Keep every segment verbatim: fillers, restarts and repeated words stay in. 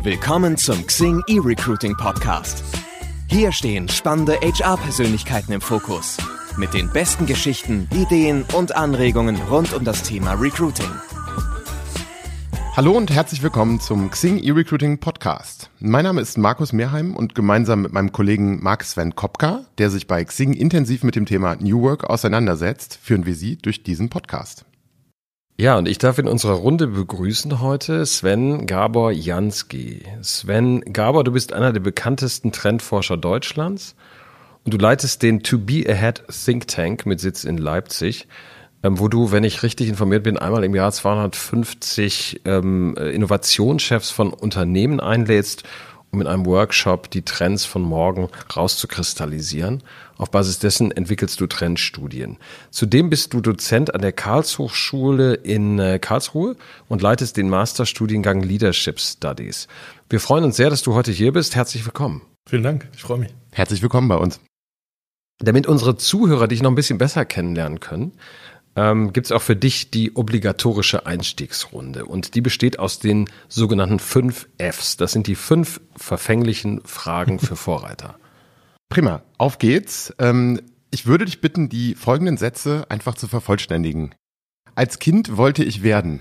Willkommen zum Xing E-Recruiting Podcast. Hier stehen spannende H R-Persönlichkeiten im Fokus. Mit den besten Geschichten, Ideen und Anregungen rund um das Thema Recruiting. Hallo und herzlich willkommen zum Xing E-Recruiting Podcast. Mein Name ist Markus Mehrheim und gemeinsam mit meinem Kollegen Marc-Sven Kopka, der sich bei Xing intensiv mit dem Thema New Work auseinandersetzt, führen wir Sie durch diesen Podcast. Ja, und ich darf in unserer Runde begrüßen heute Sven Gabor Jansky. Sven Gabor, du bist einer der bekanntesten Trendforscher Deutschlands und du leitest den To Be Ahead Think Tank mit Sitz in Leipzig, wo du, wenn ich richtig informiert bin, einmal im Jahr zweihundertfünfzig ähm, Innovationschefs von Unternehmen einlädst, um in einem Workshop die Trends von morgen rauszukristallisieren. Auf Basis dessen entwickelst du Trendstudien. Zudem bist du Dozent an der Karlshochschule in äh, Karlsruhe und leitest den Masterstudiengang Leadership Studies. Wir freuen uns sehr, dass du heute hier bist. Herzlich willkommen. Vielen Dank, ich freue mich. Herzlich willkommen bei uns. Damit unsere Zuhörer dich noch ein bisschen besser kennenlernen können, ähm, gibt es auch für dich die obligatorische Einstiegsrunde. Und die besteht aus den sogenannten fünf Fs. Das sind die fünf verfänglichen Fragen für Vorreiter. Prima, auf geht's. Ähm, ich würde dich bitten, die folgenden Sätze einfach zu vervollständigen. Als Kind wollte ich werden.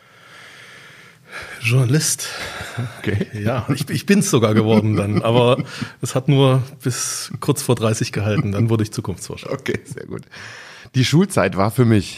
Journalist. Okay. Ja, ich, ich bin es sogar geworden dann, aber es hat nur bis kurz vor dreißig gehalten, dann wurde ich Zukunftsforscher. Okay, sehr gut. Die Schulzeit war für mich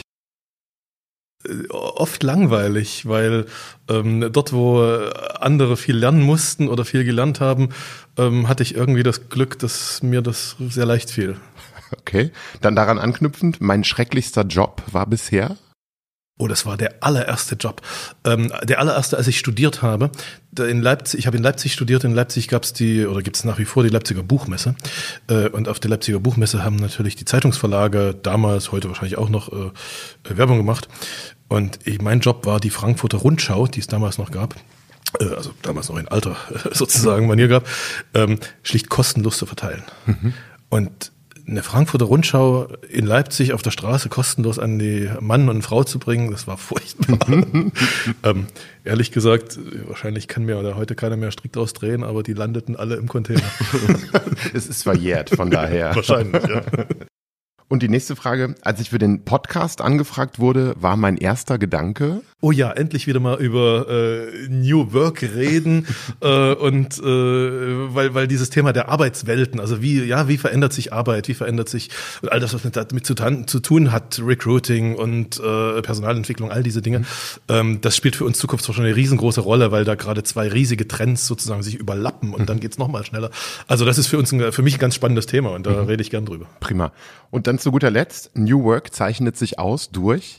oft langweilig, weil ähm, dort, wo andere viel lernen mussten oder viel gelernt haben, ähm, hatte ich irgendwie das Glück, dass mir das sehr leicht fiel. Okay, dann daran anknüpfend, mein schrecklichster Job war bisher? Oh, das war der allererste Job. Ähm, der allererste, als ich studiert habe. In Leipzig, ich habe in Leipzig studiert. In Leipzig gab es die, oder gibt es nach wie vor die Leipziger Buchmesse. Äh, und auf der Leipziger Buchmesse haben natürlich die Zeitungsverlage damals, heute wahrscheinlich auch noch, äh, Werbung gemacht. Und ich, mein Job war die Frankfurter Rundschau, die es damals noch gab. Äh, also damals noch in alter sozusagen Manier gab, ähm, schlicht kostenlos zu verteilen. Mhm. Und eine Frankfurter Rundschau in Leipzig auf der Straße kostenlos an die Mann und Frau zu bringen, das war furchtbar. ähm, ehrlich gesagt, wahrscheinlich kann mir oder heute keiner mehr strikt draus drehen, aber die landeten alle im Container. Es ist verjährt, von daher. Wahrscheinlich, ja. Und die nächste Frage, als ich für den Podcast angefragt wurde, war mein erster Gedanke: Oh ja, endlich wieder mal über äh, New Work reden äh, und äh, weil weil dieses Thema der Arbeitswelten, also wie ja wie verändert sich Arbeit, wie verändert sich und all das, was mit damit zu, zu tun hat, Recruiting und äh, Personalentwicklung, all diese Dinge, ähm, das spielt für uns Zukunftsforscher eine riesengroße Rolle, weil da gerade zwei riesige Trends sozusagen sich überlappen und dann geht's noch mal schneller. Also das ist für uns ein, für mich ein ganz spannendes Thema und da mhm. rede ich gern drüber. Prima. Und dann zu guter Letzt, New Work zeichnet sich aus durch?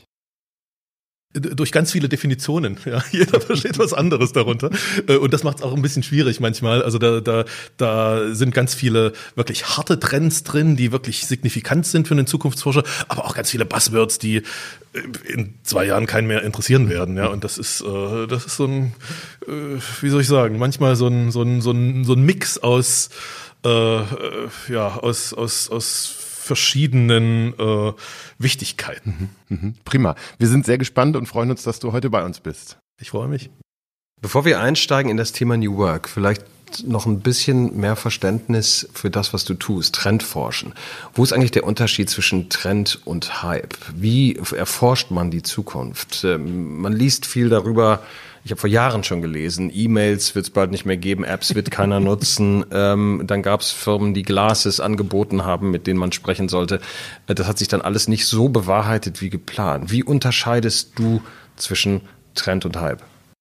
Durch ganz viele Definitionen. Ja, jeder versteht was anderes darunter. Und das macht es auch ein bisschen schwierig manchmal. Also da, da, da sind ganz viele wirklich harte Trends drin, die wirklich signifikant sind für einen Zukunftsforscher, aber auch ganz viele Buzzwords, die in zwei Jahren keinen mehr interessieren werden. Ja, und das ist, äh, das ist so ein, äh, wie soll ich sagen, manchmal so ein, so ein, so ein, so ein Mix aus, äh, ja, aus, aus, aus verschiedenen äh, Wichtigkeiten. Mhm, mhm. Prima. Wir sind sehr gespannt und freuen uns, dass du heute bei uns bist. Ich freue mich. Bevor wir einsteigen in das Thema New Work, vielleicht noch ein bisschen mehr Verständnis für das, was du tust, Trendforschen. Wo ist eigentlich der Unterschied zwischen Trend und Hype? Wie erforscht man die Zukunft? Man liest viel darüber. Ich habe vor Jahren schon gelesen, E-Mails wird es bald nicht mehr geben, Apps wird keiner nutzen. Ähm, dann gab es Firmen, die Glases angeboten haben, mit denen man sprechen sollte. Das hat sich dann alles nicht so bewahrheitet wie geplant. Wie unterscheidest du zwischen Trend und Hype?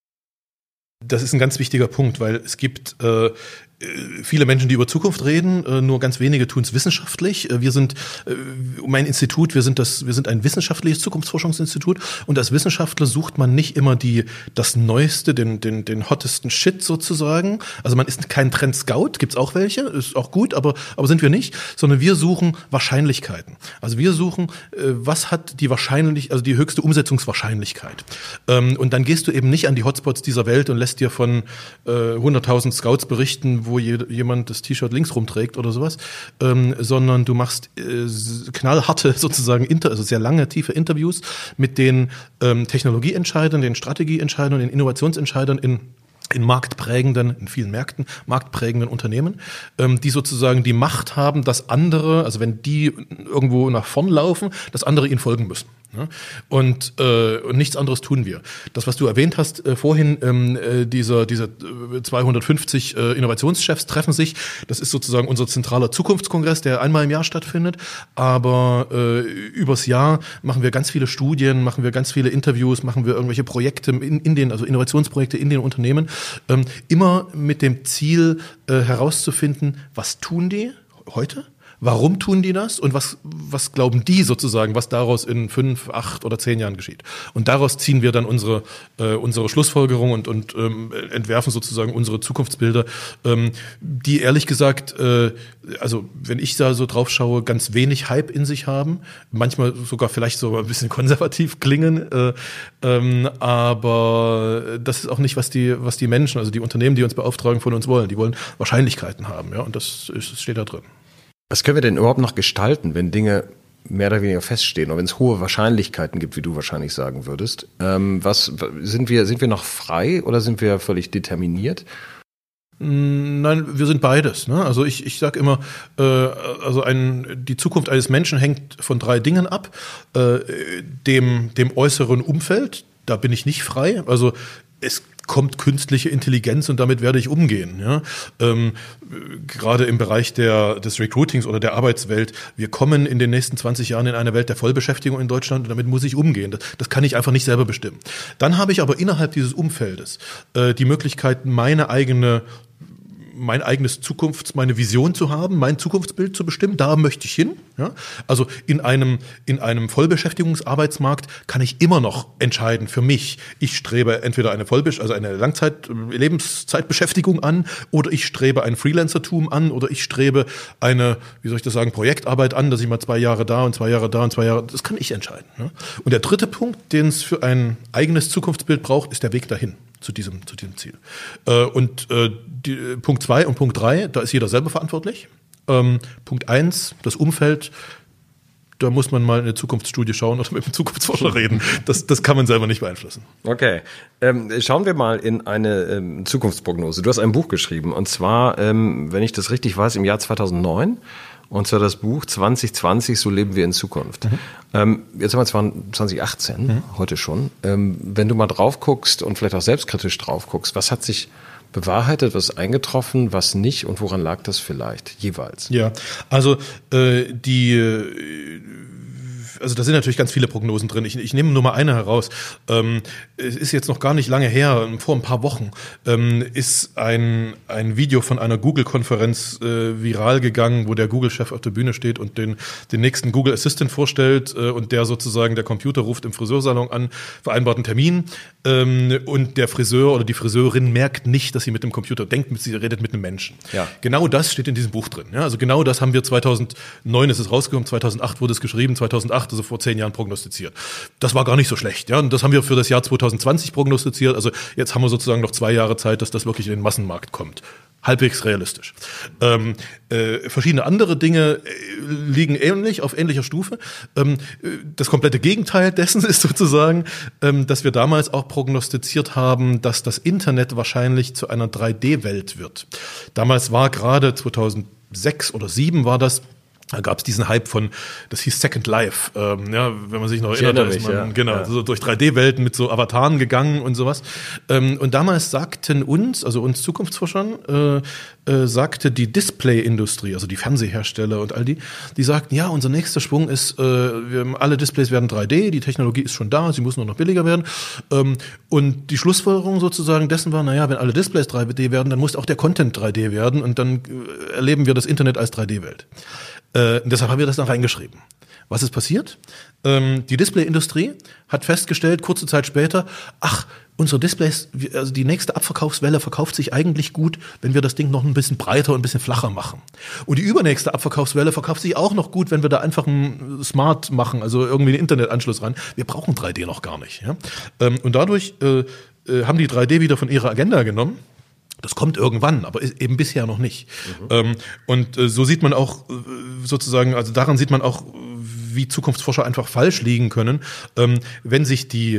Das ist ein ganz wichtiger Punkt, weil es gibt äh, viele Menschen, die über Zukunft reden, nur ganz wenige tun es wissenschaftlich. Wir sind mein Institut, wir sind das, wir sind ein wissenschaftliches Zukunftsforschungsinstitut und als Wissenschaftler sucht man nicht immer die das Neueste, den den den hottesten Shit sozusagen. Also man ist kein Trend-Scout, gibt's auch welche, ist auch gut, aber aber sind wir nicht, sondern wir suchen Wahrscheinlichkeiten. Also wir suchen, was hat die wahrscheinlich, also die höchste Umsetzungswahrscheinlichkeit. Und dann gehst du eben nicht an die Hotspots dieser Welt und lässt dir von hunderttausend Scouts berichten, wo je, jemand das T-Shirt links rumträgt oder sowas, ähm, sondern du machst äh, knallharte sozusagen, inter, also sehr lange, tiefe Interviews mit den ähm, Technologieentscheidern, den Strategieentscheidern, den Innovationsentscheidern in in marktprägenden, in vielen Märkten, marktprägenden Unternehmen, ähm, die sozusagen die Macht haben, dass andere, also wenn die irgendwo nach vorn laufen, dass andere ihnen folgen müssen. Ja? Und, äh, und nichts anderes tun wir. Das, was du erwähnt hast äh, vorhin, ähm, äh, dieser, dieser zweihundertfünfzig äh, Innovationschefs treffen sich, das ist sozusagen unser zentraler Zukunftskongress, der einmal im Jahr stattfindet, aber äh, übers Jahr machen wir ganz viele Studien, machen wir ganz viele Interviews, machen wir irgendwelche Projekte in, in den, also Innovationsprojekte in den Unternehmen, ähm, immer mit dem Ziel äh, herauszufinden, was tun die heute? Warum tun die das? Und was, was glauben die sozusagen, was daraus in fünf, acht oder zehn Jahren geschieht? Und daraus ziehen wir dann unsere, äh, unsere Schlussfolgerung und, und ähm, entwerfen sozusagen unsere Zukunftsbilder, ähm, die ehrlich gesagt, äh, also wenn ich da so drauf schaue, ganz wenig Hype in sich haben, manchmal sogar vielleicht sogar ein bisschen konservativ klingen, äh, ähm, aber das ist auch nicht, was die, was die Menschen, also die Unternehmen, die uns beauftragen, von uns wollen. Die wollen Wahrscheinlichkeiten haben, ja, und das, ist, das steht da drin. Was können wir denn überhaupt noch gestalten, wenn Dinge mehr oder weniger feststehen oder wenn es hohe Wahrscheinlichkeiten gibt, wie du wahrscheinlich sagen würdest? Ähm, was sind wir, sind wir noch frei oder sind wir völlig determiniert? Nein, wir sind beides. Ne? Also ich, ich sage immer, äh, also ein, die Zukunft eines Menschen hängt von drei Dingen ab. Äh, dem, dem äußeren Umfeld, da bin ich nicht frei. Also es kommt künstliche Intelligenz und damit werde ich umgehen. Ja? Ähm, gerade im Bereich der, des Recruitings oder der Arbeitswelt. Wir kommen in den nächsten zwanzig Jahren in eine Welt der Vollbeschäftigung in Deutschland und damit muss ich umgehen. Das, das kann ich einfach nicht selber bestimmen. Dann habe ich aber innerhalb dieses Umfeldes äh, die Möglichkeit, meine eigene mein eigenes Zukunfts-, meine Vision zu haben, mein Zukunftsbild zu bestimmen, da möchte ich hin. Ja? Also in einem, in einem Vollbeschäftigungsarbeitsmarkt kann ich immer noch entscheiden für mich. Ich strebe entweder eine Vollbesch- also eine Langzeit-, Lebenszeitbeschäftigung an oder ich strebe ein Freelancertum an oder ich strebe eine, wie soll ich das sagen, Projektarbeit an, dass ich mal zwei Jahre da und zwei Jahre da und zwei Jahre, das kann ich entscheiden. Ja? Und der dritte Punkt, den es für ein eigenes Zukunftsbild braucht, ist der Weg dahin. Zu diesem, zu diesem Ziel. Äh, und äh, die, Punkt zwei und Punkt drei, da ist jeder selber verantwortlich. Ähm, Punkt eins, das Umfeld, da muss man mal in eine Zukunftsstudie schauen oder mit einem Zukunftsforscher reden. Das, das kann man selber nicht beeinflussen. Okay, ähm, schauen wir mal in eine ähm, Zukunftsprognose. Du hast ein Buch geschrieben und zwar, ähm, wenn ich das richtig weiß, im Jahr zweitausendneun. Und zwar das Buch zwanzig zwanzig, so leben wir in Zukunft. Mhm. Ähm, jetzt haben wir zwar zwanzig achtzehn, mhm. heute schon. Ähm, wenn du mal drauf guckst und vielleicht auch selbstkritisch drauf guckst, was hat sich bewahrheitet, was ist eingetroffen, was nicht und woran lag das vielleicht jeweils? Ja, also äh, die... Äh, Also da sind natürlich ganz viele Prognosen drin. Ich, ich nehme nur mal eine heraus. Ähm, es ist jetzt noch gar nicht lange her, vor ein paar Wochen, ähm, ist ein, ein Video von einer Google-Konferenz äh, viral gegangen, wo der Google-Chef auf der Bühne steht und den, den nächsten Google Assistant vorstellt äh, und der sozusagen, der Computer ruft im Friseursalon an, vereinbart einen Termin ähm, und der Friseur oder die Friseurin merkt nicht, dass sie mit dem Computer denkt, sie redet mit einem Menschen. Ja. Genau das steht in diesem Buch drin. Ja? Also genau das haben wir zweitausendneun ist es rausgekommen, zweitausendacht wurde es geschrieben, zweitausendacht, also vor zehn Jahren prognostiziert. Das war gar nicht so schlecht. Ja? Und das haben wir für das Jahr zweitausendzwanzig prognostiziert. Also jetzt haben wir sozusagen noch zwei Jahre Zeit, dass das wirklich in den Massenmarkt kommt. Halbwegs realistisch. Ähm, äh, verschiedene andere Dinge äh, liegen ähnlich, auf ähnlicher Stufe. Ähm, das komplette Gegenteil dessen ist sozusagen, ähm, dass wir damals auch prognostiziert haben, dass das Internet wahrscheinlich zu einer drei D Welt wird. Damals war gerade zweitausendsechs oder zweitausendsieben war das, da gab es diesen Hype von, das hieß Second Life, ähm, ja, wenn man sich noch erinnert, da ist man ja. genau ja. so durch drei D Welten mit so Avataren gegangen und sowas. Ähm, und damals sagten uns, also uns Zukunftsforschern, äh, äh, sagte die Display-Industrie, also die Fernsehersteller und all die, die sagten, ja, unser nächster Schwung ist, äh, wir, alle Displays werden drei D, die Technologie ist schon da, sie muss nur noch billiger werden. Ähm, und die Schlussfolgerung sozusagen dessen war, naja, wenn alle Displays drei D werden, dann muss auch der Content drei D werden und dann äh, erleben wir das Internet als drei D Welt. Äh, deshalb haben wir das dann reingeschrieben. Was ist passiert? Ähm, die Displayindustrie hat festgestellt, kurze Zeit später, ach, unsere Displays, also die nächste Abverkaufswelle verkauft sich eigentlich gut, wenn wir das Ding noch ein bisschen breiter und ein bisschen flacher machen. Und die übernächste Abverkaufswelle verkauft sich auch noch gut, wenn wir da einfach ein Smart machen, also irgendwie einen Internetanschluss ran. Wir brauchen drei D noch gar nicht. Ja? Ähm, und dadurch äh, äh, haben die drei D wieder von ihrer Agenda genommen. Das kommt irgendwann, aber eben bisher noch nicht. Mhm. Ähm, und äh, so sieht man auch äh, sozusagen, also daran sieht man auch, wie Zukunftsforscher einfach falsch liegen können, ähm, wenn sich die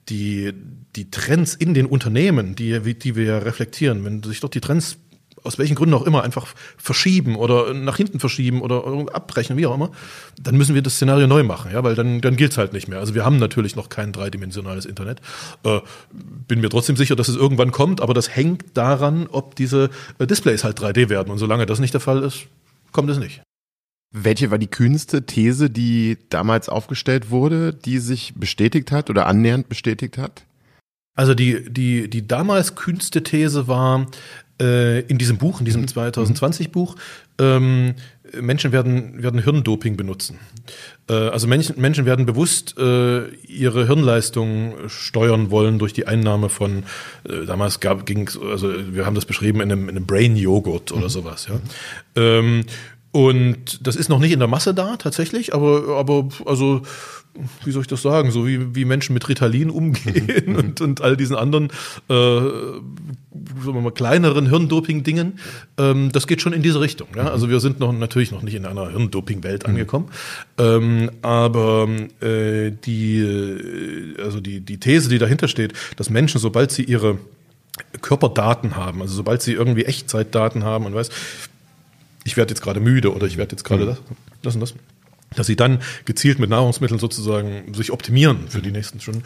die, die Trends in den Unternehmen, die, die wir reflektieren, wenn sich dort die Trends aus welchen Gründen auch immer einfach verschieben oder nach hinten verschieben oder abbrechen, wie auch immer, dann müssen wir das Szenario neu machen, ja, weil dann, dann gilt es halt nicht mehr. Also wir haben natürlich noch kein dreidimensionales Internet. Äh, bin mir trotzdem sicher, dass es irgendwann kommt, aber das hängt daran, ob diese äh, Displays halt drei D werden. Und solange das nicht der Fall ist, kommt es nicht. Welche war die kühnste These, die damals aufgestellt wurde, die sich bestätigt hat oder annähernd bestätigt hat? Also die, die, die damals kühnste These war, äh, in diesem Buch, in diesem mhm. zwanzig zwanzig Buch, ähm, Menschen werden, werden Hirndoping benutzen. Äh, also Menschen, Menschen werden bewusst äh, ihre Hirnleistung steuern wollen durch die Einnahme von, äh, damals gab, ging's, also wir haben das beschrieben in einem, in einem Brain-Joghurt oder mhm. sowas, ja. Ähm, Und das ist noch nicht in der Masse da, tatsächlich, aber, aber also, wie soll ich das sagen, so wie, wie Menschen mit Ritalin umgehen und, und all diesen anderen, äh, sagen wir mal, kleineren Hirndoping-Dingen, ähm, das geht schon in diese Richtung. Ja? Also wir sind noch natürlich noch nicht in einer Hirndoping-Welt angekommen, ähm, aber äh, die, also die, die These, die dahinter steht, dass Menschen, sobald sie ihre Körperdaten haben, also sobald sie irgendwie Echtzeitdaten haben und weiß, ich werde jetzt gerade müde oder ich werde jetzt gerade das, das und das, dass sie dann gezielt mit Nahrungsmitteln sozusagen sich optimieren für die nächsten Stunden.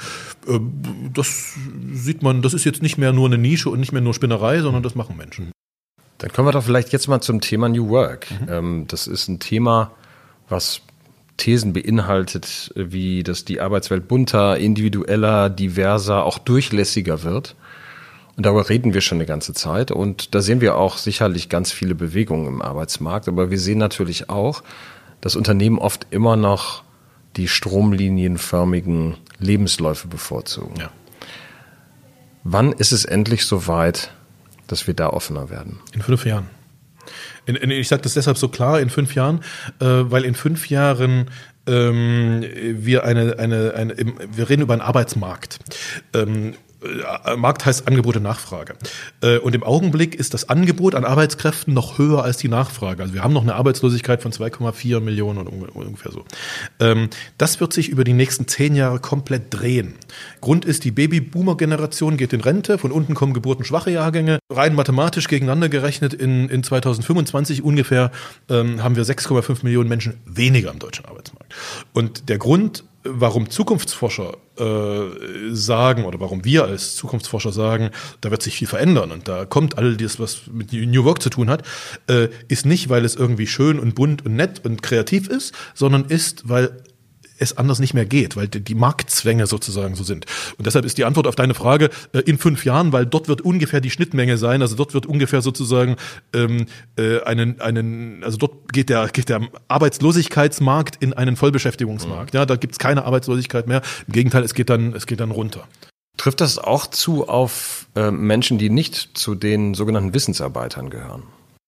Das sieht man, das ist jetzt nicht mehr nur eine Nische und nicht mehr nur Spinnerei, sondern das machen Menschen. Dann kommen wir doch vielleicht jetzt mal zum Thema New Work. Mhm. Das ist ein Thema, was Thesen beinhaltet, wie dass die Arbeitswelt bunter, individueller, diverser, auch durchlässiger wird. Und darüber reden wir schon eine ganze Zeit. Und da sehen wir auch sicherlich ganz viele Bewegungen im Arbeitsmarkt. Aber wir sehen natürlich auch, dass Unternehmen oft immer noch die stromlinienförmigen Lebensläufe bevorzugen. Ja. Wann ist es endlich so weit, dass wir da offener werden? In fünf Jahren. In, in, ich sage das deshalb so klar, in fünf Jahren, äh, weil in fünf Jahren ähm, wir eine, eine, eine, wir reden über einen Arbeitsmarkt. Ähm, Markt heißt Angebot und Nachfrage. Und im Augenblick ist das Angebot an Arbeitskräften noch höher als die Nachfrage. Also wir haben noch eine Arbeitslosigkeit von zwei Komma vier Millionen ungefähr so. Das wird sich über die nächsten zehn Jahre komplett drehen. Grund ist, die Babyboomer-Generation geht in Rente, von unten kommen geburtenschwache Jahrgänge. Rein mathematisch gegeneinander gerechnet in, in zweitausendfünfundzwanzig ungefähr ähm, haben wir sechs Komma fünf Millionen Menschen weniger am deutschen Arbeitsmarkt. Und der Grund, warum Zukunftsforscher äh, sagen oder warum wir als Zukunftsforscher sagen, da wird sich viel verändern und da kommt all das, was mit New Work zu tun hat, äh, ist nicht, weil es irgendwie schön und bunt und nett und kreativ ist, sondern ist, weil es anders nicht mehr geht, weil die Marktzwänge sozusagen so sind. Und deshalb ist die Antwort auf deine Frage äh, in fünf Jahren, weil dort wird ungefähr die Schnittmenge sein, also dort wird ungefähr sozusagen ähm, äh, einen, einen, also dort geht der, geht der Arbeitslosigkeitsmarkt in einen Vollbeschäftigungsmarkt. Mhm. Ja, da gibt's keine Arbeitslosigkeit mehr. Im Gegenteil, es geht dann, es geht dann runter. Trifft das auch zu auf äh, Menschen, die nicht zu den sogenannten Wissensarbeitern gehören?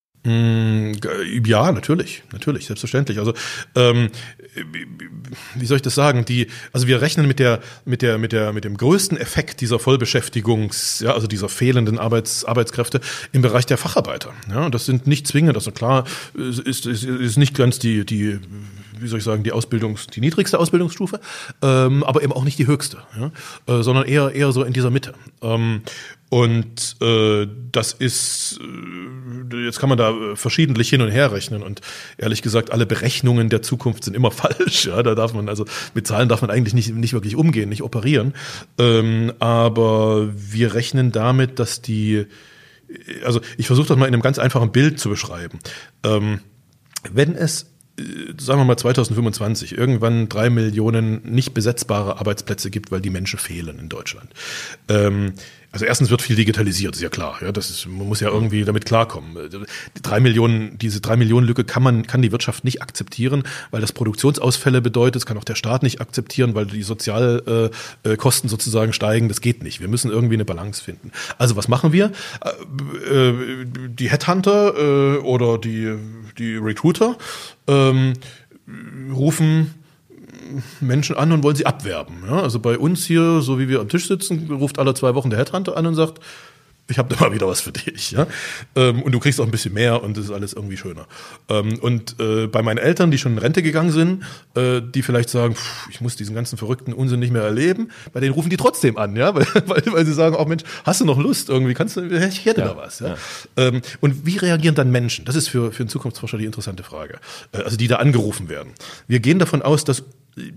Ja, natürlich, natürlich, selbstverständlich. Also ähm, wie soll ich das sagen? Die, also wir rechnen mit der, mit der, mit der, mit dem größten Effekt dieser Vollbeschäftigungs, ja, also dieser fehlenden Arbeits, Arbeitskräfte im Bereich der Facharbeiter. Ja, das sind nicht zwingend, also klar, ist, ist, ist nicht ganz die, die, wie soll ich sagen, die Ausbildungs, die niedrigste Ausbildungsstufe, ähm, aber eben auch nicht die höchste, ja, äh, sondern eher, eher so in dieser Mitte. Ähm, Und äh, das ist, äh, jetzt kann man da äh, verschiedentlich hin und her rechnen und ehrlich gesagt, alle Berechnungen der Zukunft sind immer falsch. Ja, da darf man, also mit Zahlen darf man eigentlich nicht, nicht wirklich umgehen, nicht operieren. Ähm, aber wir rechnen damit, dass die, also ich versuche das mal in einem ganz einfachen Bild zu beschreiben. Ähm, wenn es sagen wir mal zweitausendfünfundzwanzig, irgendwann drei Millionen nicht besetzbare Arbeitsplätze gibt, weil die Menschen fehlen in Deutschland. Ähm, also erstens wird viel digitalisiert, ist ja klar. Ja, das ist, man muss ja irgendwie damit klarkommen. Die drei Millionen, diese drei Millionen Lücke kann man, kann die Wirtschaft nicht akzeptieren, weil das Produktionsausfälle bedeutet. Das kann auch der Staat nicht akzeptieren, weil die Sozialkosten sozusagen steigen. Das geht nicht. Wir müssen irgendwie eine Balance finden. Also was machen wir? Die Headhunter oder die, die Recruiter ähm, rufen Menschen an und wollen sie abwerben. Ja, also bei uns hier, so wie wir am Tisch sitzen, ruft alle zwei Wochen der Headhunter an und sagt, ich habe da mal wieder was für dich. Ja? Ähm, und du kriegst auch ein bisschen mehr und das ist alles irgendwie schöner. Ähm, und äh, bei meinen Eltern, die schon in Rente gegangen sind, äh, die vielleicht sagen, pff, ich muss diesen ganzen verrückten Unsinn nicht mehr erleben, bei denen rufen die trotzdem an, ja, weil, weil, weil sie sagen, oh Mensch, hast du noch Lust? Irgendwie kannst du, ich hätte ja, da was. Ja? Ja. Ähm, und wie reagieren dann Menschen? Das ist für, für einen Zukunftsforscher die interessante Frage. Äh, also die da angerufen werden. Wir gehen davon aus, dass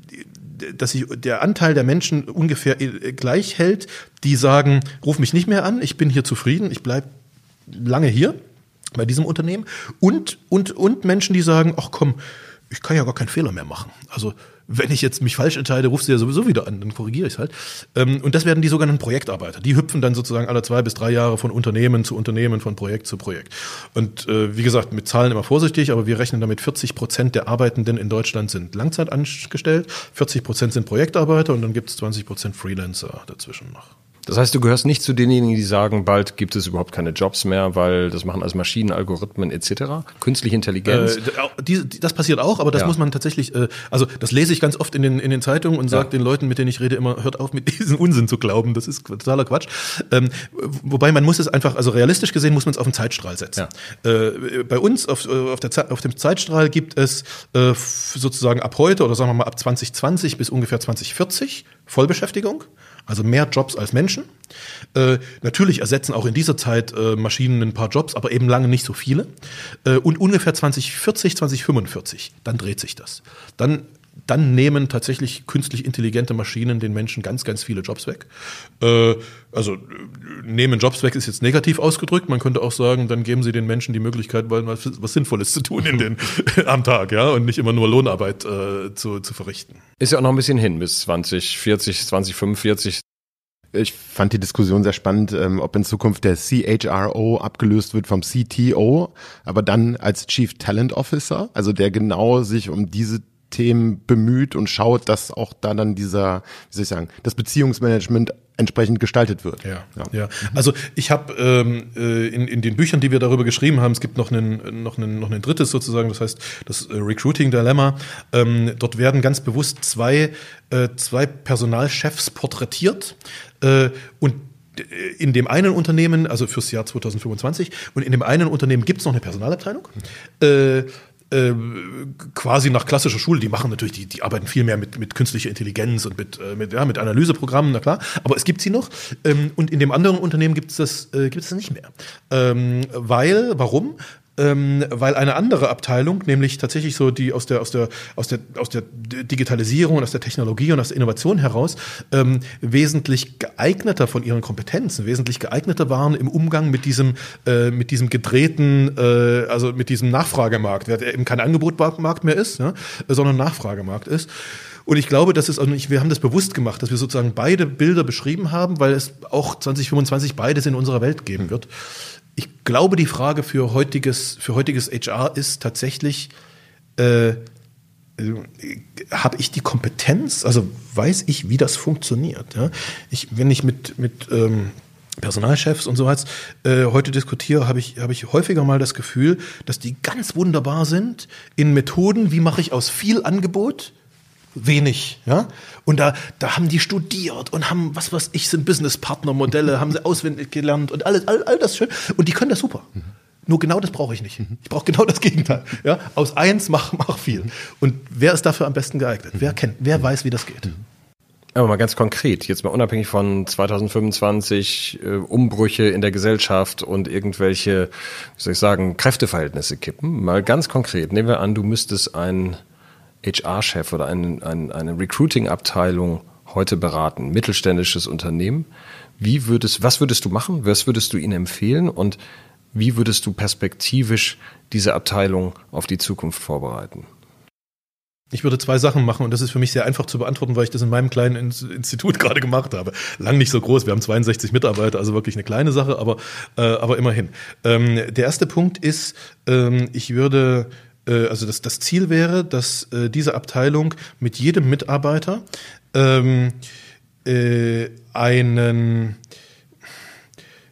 dass sich der Anteil der Menschen ungefähr gleich hält, die sagen, ruf mich nicht mehr an, ich bin hier zufrieden, ich bleibe lange hier bei diesem Unternehmen. Und, und, und Menschen, die sagen, ach komm, ich kann ja gar keinen Fehler mehr machen. Also wenn ich jetzt mich falsch entscheide, rufst du ja sowieso wieder an, dann korrigiere ich es halt. Und das werden die sogenannten Projektarbeiter. Die hüpfen dann sozusagen alle zwei bis drei Jahre von Unternehmen zu Unternehmen, von Projekt zu Projekt. Und äh, wie gesagt, mit Zahlen immer vorsichtig, aber wir rechnen damit, vierzig Prozent der Arbeitenden in Deutschland sind langzeitangestellt, vierzig Prozent sind Projektarbeiter und dann gibt es zwanzig Prozent Freelancer dazwischen noch. Das heißt, du gehörst nicht zu denjenigen, die sagen, bald gibt es überhaupt keine Jobs mehr, weil das machen also Maschinen, Algorithmen et cetera, künstliche Intelligenz. Äh, die, das passiert auch, aber das ja. muss man tatsächlich, äh, also das lese ich ganz oft in den in den Zeitungen und sage ja. den Leuten, mit denen ich rede, immer, hört auf, mit diesem Unsinn zu glauben. Das ist totaler Quatsch. Ähm, wobei man muss es einfach, also realistisch gesehen, muss man es auf den Zeitstrahl setzen. Ja. Äh, bei uns auf, auf, der, auf dem Zeitstrahl gibt es äh, sozusagen ab heute oder sagen wir mal ab zwanzig zwanzig bis ungefähr zwanzig vierzig Vollbeschäftigung. Also mehr Jobs als Menschen. Äh, natürlich ersetzen auch in dieser Zeit äh, Maschinen ein paar Jobs, aber eben lange nicht so viele. Äh, und ungefähr zwanzig vierzig, zwanzig fünfundvierzig, dann dreht sich das. Dann, dann nehmen tatsächlich künstlich intelligente Maschinen den Menschen ganz, ganz viele Jobs weg. Äh, also nehmen Jobs weg ist jetzt negativ ausgedrückt. Man könnte auch sagen, dann geben sie den Menschen die Möglichkeit, was, was Sinnvolles zu tun in den, am Tag, ja, und nicht immer nur Lohnarbeit äh, zu, zu verrichten. Ist ja auch noch ein bisschen hin bis zwanzig vierzig, zwanzig fünfundvierzig. Ich fand die Diskussion sehr spannend, ähm, ob in Zukunft der C H R O abgelöst wird vom C T O, aber dann als Chief Talent Officer, also der genau sich um diese Themen bemüht und schaut, dass auch da dann dieser, wie soll ich sagen, das Beziehungsmanagement entsprechend gestaltet wird. Ja, ja. ja. Also ich habe ähm, in, in den Büchern, die wir darüber geschrieben haben, es gibt noch einen, noch einen, noch ein drittes sozusagen, das heißt das Recruiting Dilemma. Ähm, dort werden ganz bewusst zwei, äh, zwei Personalchefs porträtiert äh, und in dem einen Unternehmen, also fürs Jahr zwanzig fünfundzwanzig, und in dem einen Unternehmen gibt es noch eine Personalabteilung. Äh, Äh, quasi nach klassischer Schule, die machen natürlich, die, die arbeiten viel mehr mit, mit künstlicher Intelligenz und mit, äh, mit, ja, mit Analyseprogrammen, na klar, aber es gibt sie noch. Ähm, und in dem anderen Unternehmen gibt es das, äh, gibt es das nicht mehr. Ähm, weil, warum? Ähm, weil eine andere Abteilung, nämlich tatsächlich so die aus der aus der aus der aus der Digitalisierung und aus der Technologie und aus der Innovation heraus ähm, wesentlich geeigneter von ihren Kompetenzen, wesentlich geeigneter waren im Umgang mit diesem äh, mit diesem gedrehten, äh, also mit diesem Nachfragemarkt, der eben kein Angebotmarkt mehr ist, ja, sondern Nachfragemarkt ist. Und ich glaube, das ist, also wir haben das bewusst gemacht, dass wir sozusagen beide Bilder beschrieben haben, weil es auch zwanzig fünfundzwanzig beides in unserer Welt geben wird. Ich glaube, die Frage für heutiges, für heutiges H R ist tatsächlich, äh, äh, habe ich die Kompetenz, also weiß ich, wie das funktioniert. Ja? Ich, wenn ich mit, mit ähm, Personalchefs und so was äh, heute diskutiere, habe ich, habe ich häufiger mal das Gefühl, dass die ganz wunderbar sind in Methoden, wie mache ich aus viel Angebot wenig, ja. Und da, da haben die studiert und haben, was weiß ich, sind Business-Partner-Modelle, haben sie auswendig gelernt und alles, all, all das schön. Und die können das super. Mhm. Nur genau das brauche ich nicht. Ich brauche genau das Gegenteil. Ja? Aus eins mach, mach viel. Und wer ist dafür am besten geeignet? Wer kennt, wer weiß, wie das geht? Aber mal ganz konkret, jetzt mal unabhängig von zwanzig fünfundzwanzig, äh, Umbrüche in der Gesellschaft und irgendwelche, wie soll ich sagen, Kräfteverhältnisse kippen. Mal ganz konkret, nehmen wir an, du müsstest ein H R-Chef oder ein, ein, eine Recruiting-Abteilung heute beraten, mittelständisches Unternehmen. Wie würdest, was würdest du machen? Was würdest du ihnen empfehlen? Und wie würdest du perspektivisch diese Abteilung auf die Zukunft vorbereiten? Ich würde zwei Sachen machen und das ist für mich sehr einfach zu beantworten, weil ich das in meinem kleinen Institut gerade gemacht habe. Lang nicht so groß, wir haben zweiundsechzig Mitarbeiter, also wirklich eine kleine Sache, aber, äh, aber immerhin. Ähm, der erste Punkt ist, ähm, ich würde Also das, das Ziel wäre, dass äh, diese Abteilung mit jedem Mitarbeiter ähm, äh, einen,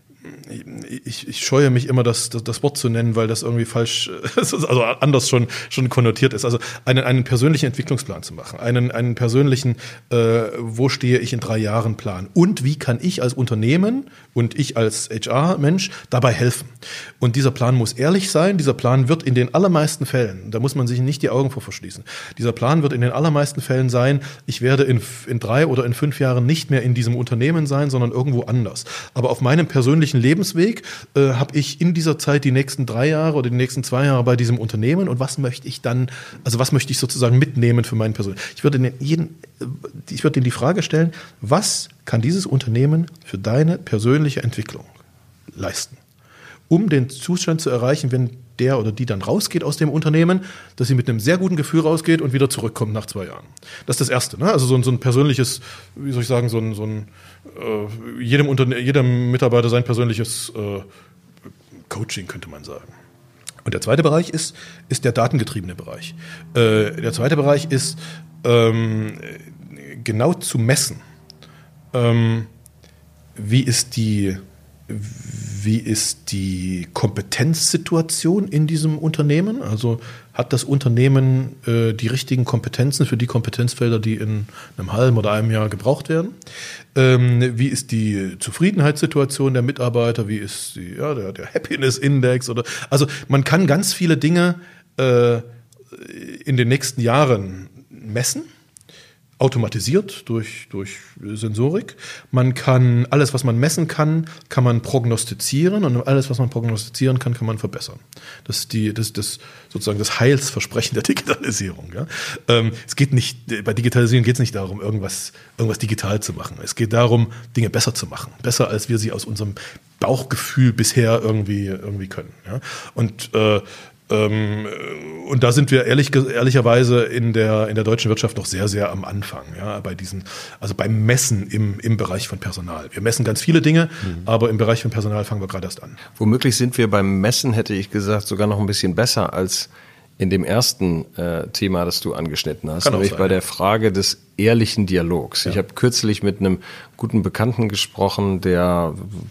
ich, ich scheue mich immer, das, das, das Wort zu nennen, weil das irgendwie falsch, also anders schon, schon konnotiert ist. Also einen, einen persönlichen Entwicklungsplan zu machen, einen, einen persönlichen, äh, wo stehe ich in drei Jahren Plan und wie kann ich als Unternehmen und ich als H R-Mensch dabei helfen. Und dieser Plan muss ehrlich sein, dieser Plan wird in den allermeisten Fällen, da muss man sich nicht die Augen vor verschließen, dieser Plan wird in den allermeisten Fällen sein, ich werde in, in drei oder in fünf Jahren nicht mehr in diesem Unternehmen sein, sondern irgendwo anders. Aber auf meinem persönlichen Lebensweg äh, habe ich in dieser Zeit die nächsten drei Jahre oder die nächsten zwei Jahre bei diesem Unternehmen und was möchte ich dann, also was möchte ich sozusagen mitnehmen für meinen persönlichen. Ich würde den jeden, ich würde Ihnen die Frage stellen, was kann dieses Unternehmen für deine persönliche Entwicklung leisten, um den Zustand zu erreichen, wenn der oder die dann rausgeht aus dem Unternehmen, dass sie mit einem sehr guten Gefühl rausgeht und wieder zurückkommt nach zwei Jahren. Das ist das Erste, ne? Also so ein, so ein persönliches, wie soll ich sagen, so ein, so ein äh, jedem, Unterne- jedem Mitarbeiter sein persönliches äh, Coaching, könnte man sagen. Und der zweite Bereich ist, ist der datengetriebene Bereich. Äh, der zweite Bereich ist ähm, genau zu messen, ähm, wie ist die Wie ist die Kompetenzsituation in diesem Unternehmen? Also hat das Unternehmen äh, die richtigen Kompetenzen für die Kompetenzfelder, die in einem halben oder einem Jahr gebraucht werden? Ähm, wie ist die Zufriedenheitssituation der Mitarbeiter? Wie ist die, ja, der, der Happiness Index? Oder, also man kann ganz viele Dinge äh, in den nächsten Jahren messen. Automatisiert durch, durch Sensorik. Man kann, alles, was man messen kann, kann man prognostizieren und alles, was man prognostizieren kann, kann man verbessern. Das ist die, das, das sozusagen das Heilsversprechen der Digitalisierung. Ja? Ähm, es geht nicht, bei Digitalisierung geht es nicht darum, irgendwas, irgendwas digital zu machen. Es geht darum, Dinge besser zu machen. Besser, als wir sie aus unserem Bauchgefühl bisher irgendwie, irgendwie können. Ja? Und, äh, Ähm, und da sind wir ehrlich, ehrlicherweise in der, in der deutschen Wirtschaft noch sehr, sehr am Anfang, ja, bei diesen, also beim Messen im, im Bereich von Personal. Wir messen ganz viele Dinge, mhm. aber im Bereich von Personal fangen wir gerade erst an. Womöglich sind wir beim Messen, hätte ich gesagt, sogar noch ein bisschen besser als in dem ersten äh, Thema, das du angeschnitten hast, nämlich sein, bei der Frage des ehrlichen Dialogs. Ja. Ich habe kürzlich mit einem guten Bekannten gesprochen, der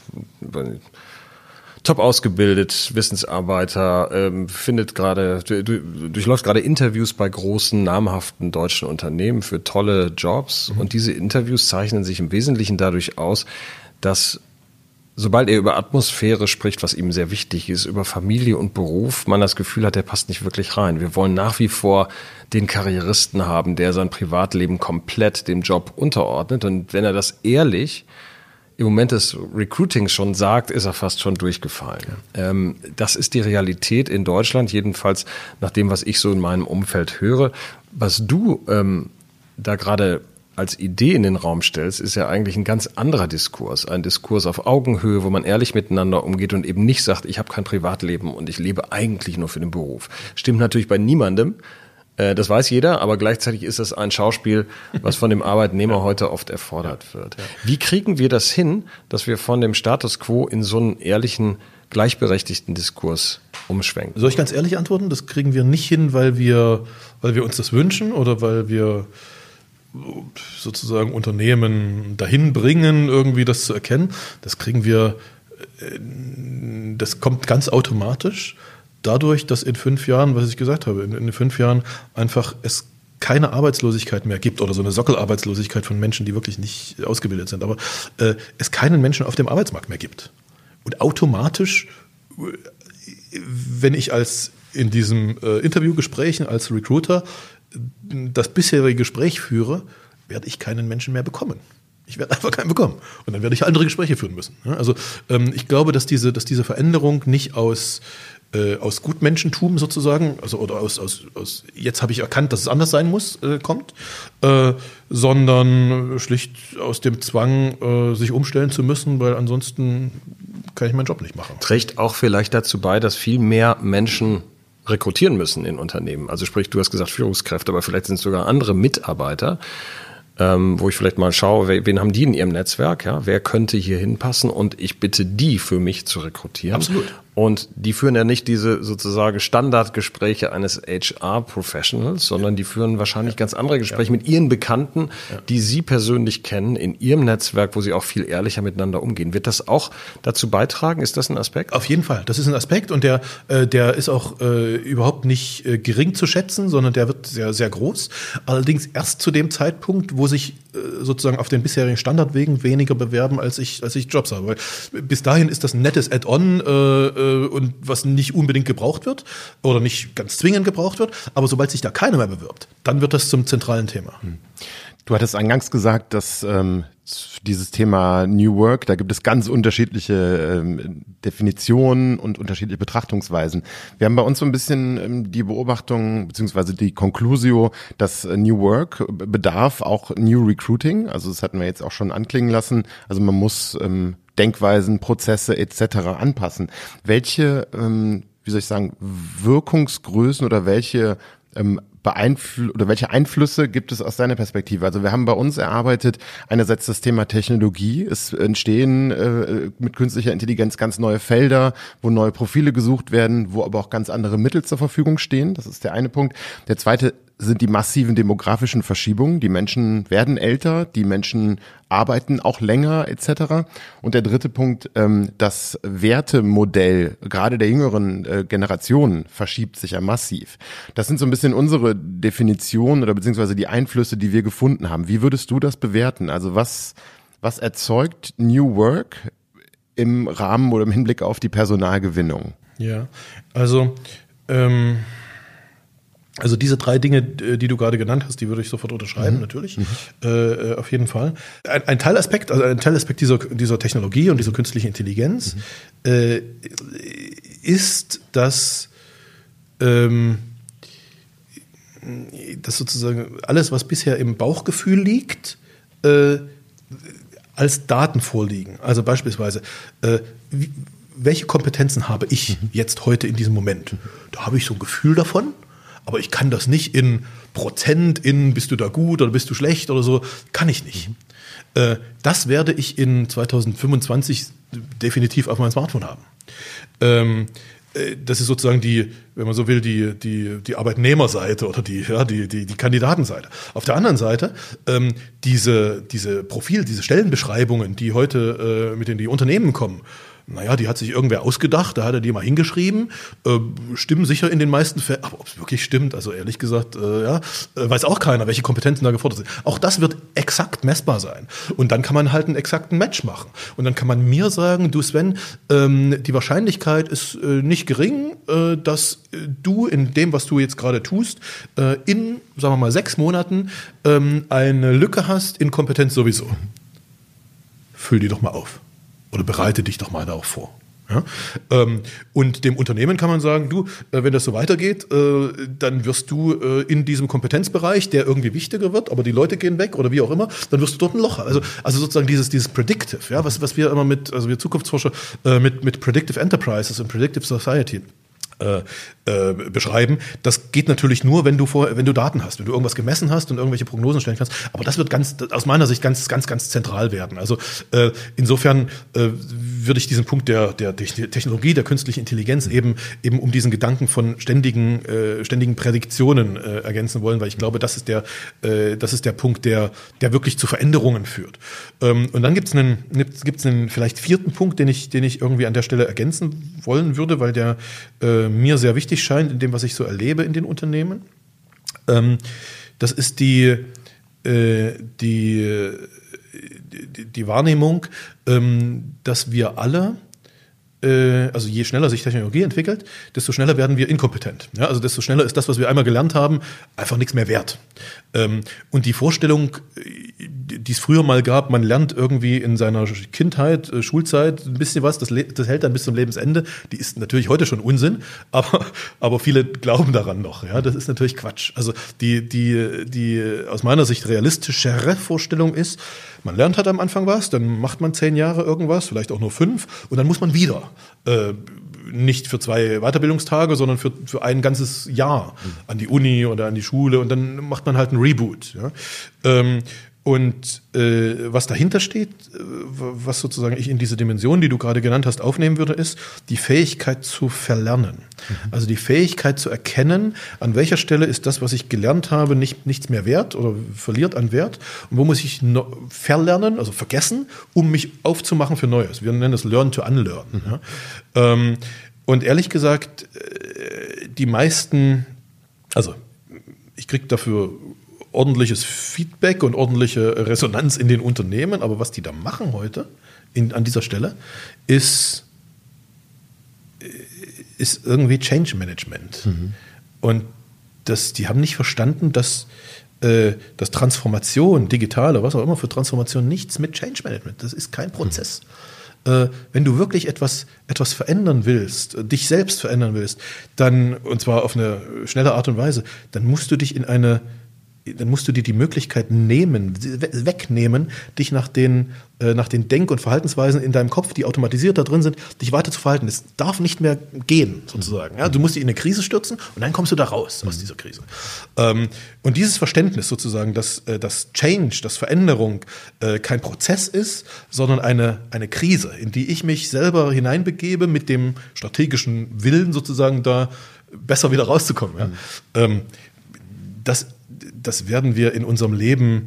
top ausgebildet, Wissensarbeiter, ähm, findet gerade, du, durchläuft gerade Interviews bei großen, namhaften deutschen Unternehmen für tolle Jobs. Mhm. Und diese Interviews zeichnen sich im Wesentlichen dadurch aus, dass sobald er über Atmosphäre spricht, was ihm sehr wichtig ist, über Familie und Beruf, man das Gefühl hat, der passt nicht wirklich rein. Wir wollen nach wie vor den Karrieristen haben, der sein Privatleben komplett dem Job unterordnet. Und wenn er das ehrlich im Moment des Recruitings schon sagt, ist er fast schon durchgefallen. Ja. Ähm, das ist die Realität in Deutschland, jedenfalls nach dem, was ich so in meinem Umfeld höre. Was du ähm, da gerade als Idee in den Raum stellst, ist ja eigentlich ein ganz anderer Diskurs. Ein Diskurs auf Augenhöhe, wo man ehrlich miteinander umgeht und eben nicht sagt, ich habe kein Privatleben und ich lebe eigentlich nur für den Beruf. Stimmt natürlich bei niemandem. Das weiß jeder, aber gleichzeitig ist das ein Schauspiel, was von dem Arbeitnehmer heute oft erfordert wird. Wie kriegen wir das hin, dass wir von dem Status quo in so einen ehrlichen, gleichberechtigten Diskurs umschwenken? Soll ich ganz ehrlich antworten? Das kriegen wir nicht hin, weil wir, weil wir uns das wünschen oder weil wir sozusagen Unternehmen dahin bringen, irgendwie das zu erkennen. Das kriegen wir, das kommt ganz automatisch. Dadurch, dass in fünf Jahren, was ich gesagt habe, in, in fünf Jahren einfach es keine Arbeitslosigkeit mehr gibt oder so eine Sockelarbeitslosigkeit von Menschen, die wirklich nicht ausgebildet sind, aber äh, es keinen Menschen auf dem Arbeitsmarkt mehr gibt. Und automatisch, wenn ich als in diesem äh, Interviewgesprächen als Recruiter das bisherige Gespräch führe, werde ich keinen Menschen mehr bekommen. Ich werde einfach keinen bekommen. Und dann werde ich andere Gespräche führen müssen. Also ähm, ich glaube, dass diese, dass diese Veränderung nicht aus Äh, aus Gutmenschentum sozusagen, also oder aus, aus, aus jetzt habe ich erkannt, dass es anders sein muss, äh, kommt, äh, sondern schlicht aus dem Zwang, äh, sich umstellen zu müssen, weil ansonsten kann ich meinen Job nicht machen. Trägt auch vielleicht dazu bei, dass viel mehr Menschen rekrutieren müssen in Unternehmen. Also sprich, du hast gesagt Führungskräfte, aber vielleicht sind es sogar andere Mitarbeiter, Ähm, wo ich vielleicht mal schaue, wen, wen haben die in ihrem Netzwerk, ja? Wer könnte hier hinpassen und ich bitte die für mich zu rekrutieren. Absolut. Und die führen ja nicht diese sozusagen Standardgespräche eines H R-Professionals, sondern die führen wahrscheinlich ganz andere Gespräche ja. mit ihren Bekannten, ja. die sie persönlich kennen, in ihrem Netzwerk, wo sie auch viel ehrlicher miteinander umgehen. Wird das auch dazu beitragen? Ist das ein Aspekt? Auf jeden Fall. Das ist ein Aspekt und der, äh, der ist auch äh, überhaupt nicht äh, gering zu schätzen, sondern der wird sehr, sehr groß. Allerdings erst zu dem Zeitpunkt, wo sich äh, sozusagen auf den bisherigen Standardwegen weniger bewerben, als ich, als ich Jobs habe. Weil bis dahin ist das ein nettes Add-on, äh, und was nicht unbedingt gebraucht wird oder nicht ganz zwingend gebraucht wird. Aber sobald sich da keiner mehr bewirbt, dann wird das zum zentralen Thema. Du hattest eingangs gesagt, dass ähm, dieses Thema New Work, da gibt es ganz unterschiedliche ähm, Definitionen und unterschiedliche Betrachtungsweisen. Wir haben bei uns so ein bisschen ähm, die Beobachtung beziehungsweise die Conclusio, dass äh, New Work bedarf auch New Recruiting. Also das hatten wir jetzt auch schon anklingen lassen. Also man muss ähm, Denkweisen, Prozesse et cetera anpassen. Welche, ähm, wie soll ich sagen, Wirkungsgrößen oder welche ähm, beeinflu- oder welche Einflüsse gibt es aus deiner Perspektive? Also wir haben bei uns erarbeitet einerseits das Thema Technologie. Es entstehen äh, mit künstlicher Intelligenz ganz neue Felder, wo neue Profile gesucht werden, wo aber auch ganz andere Mittel zur Verfügung stehen. Das ist der eine Punkt. Der zweite sind die massiven demografischen Verschiebungen. Die Menschen werden älter, die Menschen arbeiten auch länger et cetera. Und der dritte Punkt, ähm, das Wertemodell gerade der jüngeren äh, Generationen verschiebt sich ja massiv. Das sind so ein bisschen unsere Definitionen oder beziehungsweise die Einflüsse, die wir gefunden haben. Wie würdest du das bewerten? Also was, was erzeugt New Work im Rahmen oder im Hinblick auf die Personalgewinnung? Ja, also ähm Also diese drei Dinge, die du gerade genannt hast, die würde ich sofort unterschreiben, mhm. natürlich, mhm. Äh, auf jeden Fall. Ein, ein Teilaspekt, also ein Teilaspekt dieser, dieser Technologie und dieser künstlichen Intelligenz mhm. äh, ist, dass, ähm, dass sozusagen alles, was bisher im Bauchgefühl liegt, äh, als Daten vorliegen. Also beispielsweise, äh, wie, welche Kompetenzen habe ich mhm. jetzt heute in diesem Moment? Da habe ich so ein Gefühl davon. Aber ich kann das nicht in Prozent, in bist du da gut oder bist du schlecht oder so, kann ich nicht. Mhm. Äh, das werde ich in zwanzig fünfundzwanzig definitiv auf meinem Smartphone haben. Ähm, äh, das ist sozusagen die, wenn man so will, die, die, die Arbeitnehmerseite oder die, ja, die, die, die Kandidatenseite. Auf der anderen Seite, ähm, diese, diese Profil, diese Stellenbeschreibungen, die heute äh, mit denen die Unternehmen kommen, naja, die hat sich irgendwer ausgedacht, da hat er die mal hingeschrieben, äh, stimmen sicher in den meisten Fällen, aber ob es wirklich stimmt, also ehrlich gesagt, äh, ja, äh, weiß auch keiner, welche Kompetenzen da gefordert sind. Auch das wird exakt messbar sein. Und dann kann man halt einen exakten Match machen. Und dann kann man mir sagen, du Sven, ähm, die Wahrscheinlichkeit ist äh, nicht gering, äh, dass äh, du in dem, was du jetzt gerade tust, äh, in, sagen wir mal, sechs Monaten ähm, eine Lücke hast in Kompetenz sowieso. Füll die doch mal auf. Oder bereite dich doch mal darauf vor. Ja? Ähm, und dem Unternehmen kann man sagen, du, äh, wenn das so weitergeht, äh, dann wirst du äh, in diesem Kompetenzbereich, der irgendwie wichtiger wird, aber die Leute gehen weg oder wie auch immer, dann wirst du dort ein Loch. Also, also sozusagen dieses, dieses Predictive, ja, was, was wir immer mit, also wir Zukunftsforscher äh, mit, mit Predictive Enterprises und Predictive Society Äh, äh, beschreiben. Das geht natürlich nur, wenn du vor, wenn du Daten hast, wenn du irgendwas gemessen hast und irgendwelche Prognosen stellen kannst. Aber das wird ganz, aus meiner Sicht ganz, ganz, ganz zentral werden. Also äh, insofern äh, würde ich diesen Punkt der, der Technologie, der künstlichen Intelligenz eben, eben um diesen Gedanken von ständigen, äh, ständigen Prädiktionen äh, ergänzen wollen, weil ich glaube, das ist der, äh, das ist der Punkt, der, der wirklich zu Veränderungen führt. Ähm, und dann gibt es einen, gibt's einen vielleicht vierten Punkt, den ich, den ich irgendwie an der Stelle ergänzen wollen würde, weil der äh, mir sehr wichtig scheint in dem, was ich so erlebe in den Unternehmen. Ähm, das ist die, äh, die, die, die Wahrnehmung, ähm, dass wir alle, äh, also je schneller sich Technologie entwickelt, desto schneller werden wir inkompetent. Ja, also desto schneller ist das, was wir einmal gelernt haben, einfach nichts mehr wert. Ähm, und die Vorstellung, die es früher mal gab, man lernt irgendwie in seiner Kindheit, äh, Schulzeit ein bisschen was, das, das hält dann bis zum Lebensende, die ist natürlich heute schon Unsinn, aber, aber viele glauben daran noch. Ja, das ist natürlich Quatsch. Also die, die, die aus meiner Sicht realistischere Vorstellung ist, man lernt halt am Anfang was, dann macht man zehn Jahre irgendwas, vielleicht auch nur fünf, und dann muss man wieder. Äh, nicht für zwei Weiterbildungstage, sondern für, für ein ganzes Jahr an die Uni oder an die Schule, und dann macht man halt einen Reboot. Ja? Ähm, Und äh, was dahinter steht, äh, was sozusagen ich in diese Dimension, die du gerade genannt hast, aufnehmen würde, ist die Fähigkeit zu verlernen. Mhm. Also die Fähigkeit zu erkennen, an welcher Stelle ist das, was ich gelernt habe, nicht, nichts mehr wert oder verliert an Wert. Und wo muss ich no- verlernen, also vergessen, um mich aufzumachen für Neues. Wir nennen das Learn to Unlearn. Mhm. Ja? Ähm, und ehrlich gesagt, äh, die meisten, also ich kriege dafür ordentliches Feedback und ordentliche Resonanz in den Unternehmen, aber was die da machen heute in, an dieser Stelle, ist, ist irgendwie Change Management. Mhm. Und das, die haben nicht verstanden, dass, äh, dass Transformation, digitale, was auch immer für Transformation, nichts mit Change Management, das ist kein Prozess. Mhm. Äh, wenn du wirklich etwas, etwas verändern willst, dich selbst verändern willst, dann, und zwar auf eine schnelle Art und Weise, dann musst du dich in eine dann musst du dir die Möglichkeit nehmen, wegnehmen, dich nach den, äh, nach den Denk- und Verhaltensweisen in deinem Kopf, die automatisiert da drin sind, dich weiter zu verhalten. Es darf nicht mehr gehen, sozusagen. Ja, du musst dich in eine Krise stürzen und dann kommst du da raus aus dieser Krise. Ähm, und dieses Verständnis sozusagen, dass, äh, dass Change, dass Veränderung äh, kein Prozess ist, sondern eine, eine Krise, in die ich mich selber hineinbegebe mit dem strategischen Willen sozusagen da besser wieder rauszukommen. Ja. Mhm. Ähm, das Das werden wir in unserem Leben,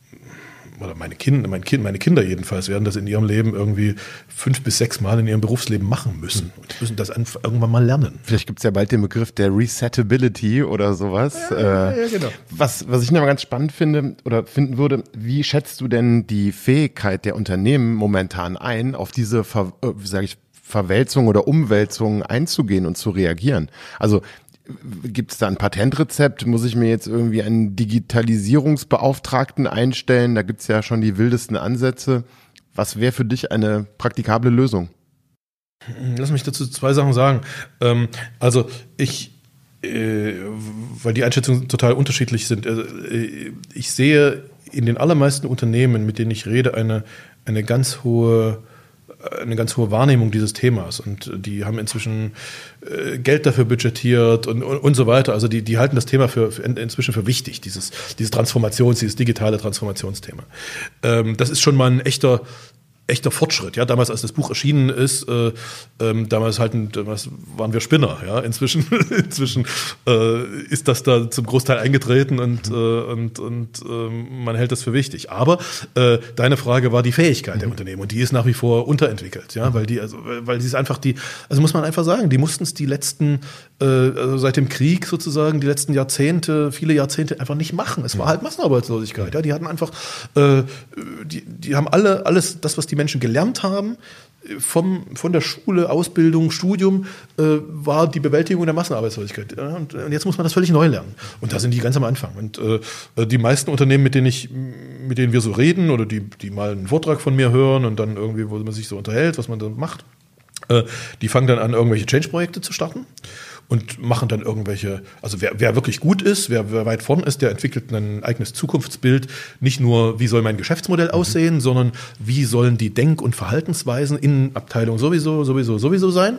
oder meine Kinder, mein Kind, meine Kinder jedenfalls, werden das in ihrem Leben irgendwie fünf bis sechs Mal in ihrem Berufsleben machen müssen. Und müssen das irgendwann mal lernen. Vielleicht gibt es ja bald den Begriff der Resettability oder sowas. Ja, ja, ja, genau. Was, was ich noch mal ganz spannend finde oder finden würde, wie schätzt du denn die Fähigkeit der Unternehmen momentan ein, auf diese, Ver, äh, sag ich, Verwälzung oder Umwälzung einzugehen und zu reagieren? Also gibt es da ein Patentrezept? Muss ich mir jetzt irgendwie einen Digitalisierungsbeauftragten einstellen? Da gibt es ja schon die wildesten Ansätze. Was wäre für dich eine praktikable Lösung? Lass mich dazu zwei Sachen sagen. Ähm, also ich, äh, weil die Einschätzungen total unterschiedlich sind. Äh, ich sehe in den allermeisten Unternehmen, mit denen ich rede, eine, eine ganz hohe eine ganz hohe Wahrnehmung dieses Themas und die haben inzwischen äh, Geld dafür budgetiert und, und, und so weiter. Also die, die halten das Thema für, für in, inzwischen für wichtig, dieses, dieses Transformations-, dieses digitale Transformationsthema. Ähm, das ist schon mal ein echter echter Fortschritt. Ja, damals, als das Buch erschienen ist, äh, ähm, damals halt, damals waren wir Spinner. Ja, inzwischen, inzwischen äh, ist das da zum Großteil eingetreten und äh, und und äh, man hält das für wichtig. Aber äh, deine Frage war die Fähigkeit mhm. der Unternehmen und die ist nach wie vor unterentwickelt. Ja, weil die also, weil die ist einfach die, also muss man einfach sagen, die mussten es die letzten äh, also seit dem Krieg sozusagen die letzten Jahrzehnte, viele Jahrzehnte einfach nicht machen. Es war halt Massenarbeitslosigkeit. Ja, die hatten einfach, äh, die die haben alle alles das, was die Die Menschen gelernt haben, vom, von der Schule, Ausbildung, Studium, äh, war die Bewältigung der Massenarbeitslosigkeit. Ja, und, und jetzt muss man das völlig neu lernen. Und da sind die ganz am Anfang. Und äh, die meisten Unternehmen, mit denen ich, mit denen wir so reden oder die, die mal einen Vortrag von mir hören und dann irgendwie, wo man sich so unterhält, was man dann macht, äh, die fangen dann an, irgendwelche Change-Projekte zu starten. Und machen dann irgendwelche, also wer, wer wirklich gut ist, wer, wer weit vorn ist, der entwickelt ein eigenes Zukunftsbild. Nicht nur, wie soll mein Geschäftsmodell aussehen, mhm. sondern wie sollen die Denk- und Verhaltensweisen in Abteilung sowieso, sowieso, sowieso sein.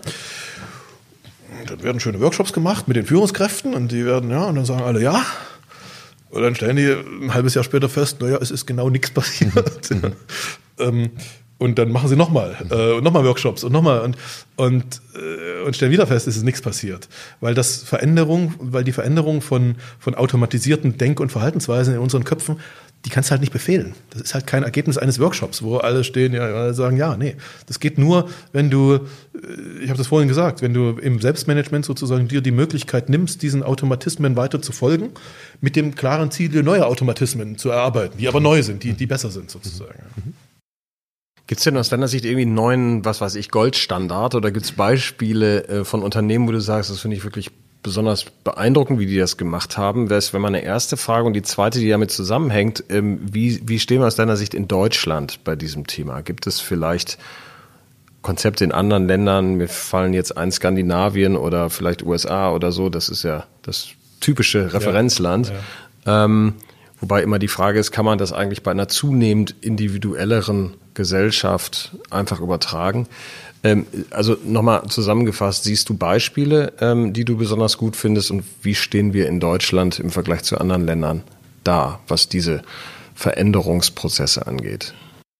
Und dann werden schöne Workshops gemacht mit den Führungskräften und die werden, ja, und dann sagen alle ja. Und dann stellen die ein halbes Jahr später fest, naja, es ist genau nichts passiert. Mhm. ähm, Und dann machen sie nochmal äh, und nochmal Workshops und nochmal und, und, äh, und stellen wieder fest, es ist nichts passiert. Weil das Veränderung, weil die Veränderung von, von automatisierten Denk- und Verhaltensweisen in unseren Köpfen, die kannst du halt nicht befehlen. Das ist halt kein Ergebnis eines Workshops, wo alle stehen, ja, alle sagen, ja, nee. Das geht nur, wenn du, ich habe das vorhin gesagt, wenn du im Selbstmanagement sozusagen dir die Möglichkeit nimmst, diesen Automatismen weiter zu folgen, mit dem klaren Ziel, neue Automatismen zu erarbeiten, die aber neu sind, die, die besser sind sozusagen. Mhm. Gibt es denn aus deiner Sicht irgendwie einen neuen, was weiß ich, Goldstandard oder gibt es Beispiele äh, von Unternehmen, wo du sagst, das finde ich wirklich besonders beeindruckend, wie die das gemacht haben? Das wäre meine erste Frage. Und die zweite, die damit zusammenhängt, ähm, wie, wie stehen wir aus deiner Sicht in Deutschland bei diesem Thema? Gibt es vielleicht Konzepte in anderen Ländern? Mir fallen jetzt ein Skandinavien oder vielleicht U S A oder so. Das ist ja das typische Referenzland. Ja, ja. Ähm, Wobei immer die Frage ist, kann man das eigentlich bei einer zunehmend individuelleren Gesellschaft einfach übertragen? Ähm, also nochmal zusammengefasst, siehst du Beispiele, ähm, die du besonders gut findest und wie stehen wir in Deutschland im Vergleich zu anderen Ländern da, was diese Veränderungsprozesse angeht?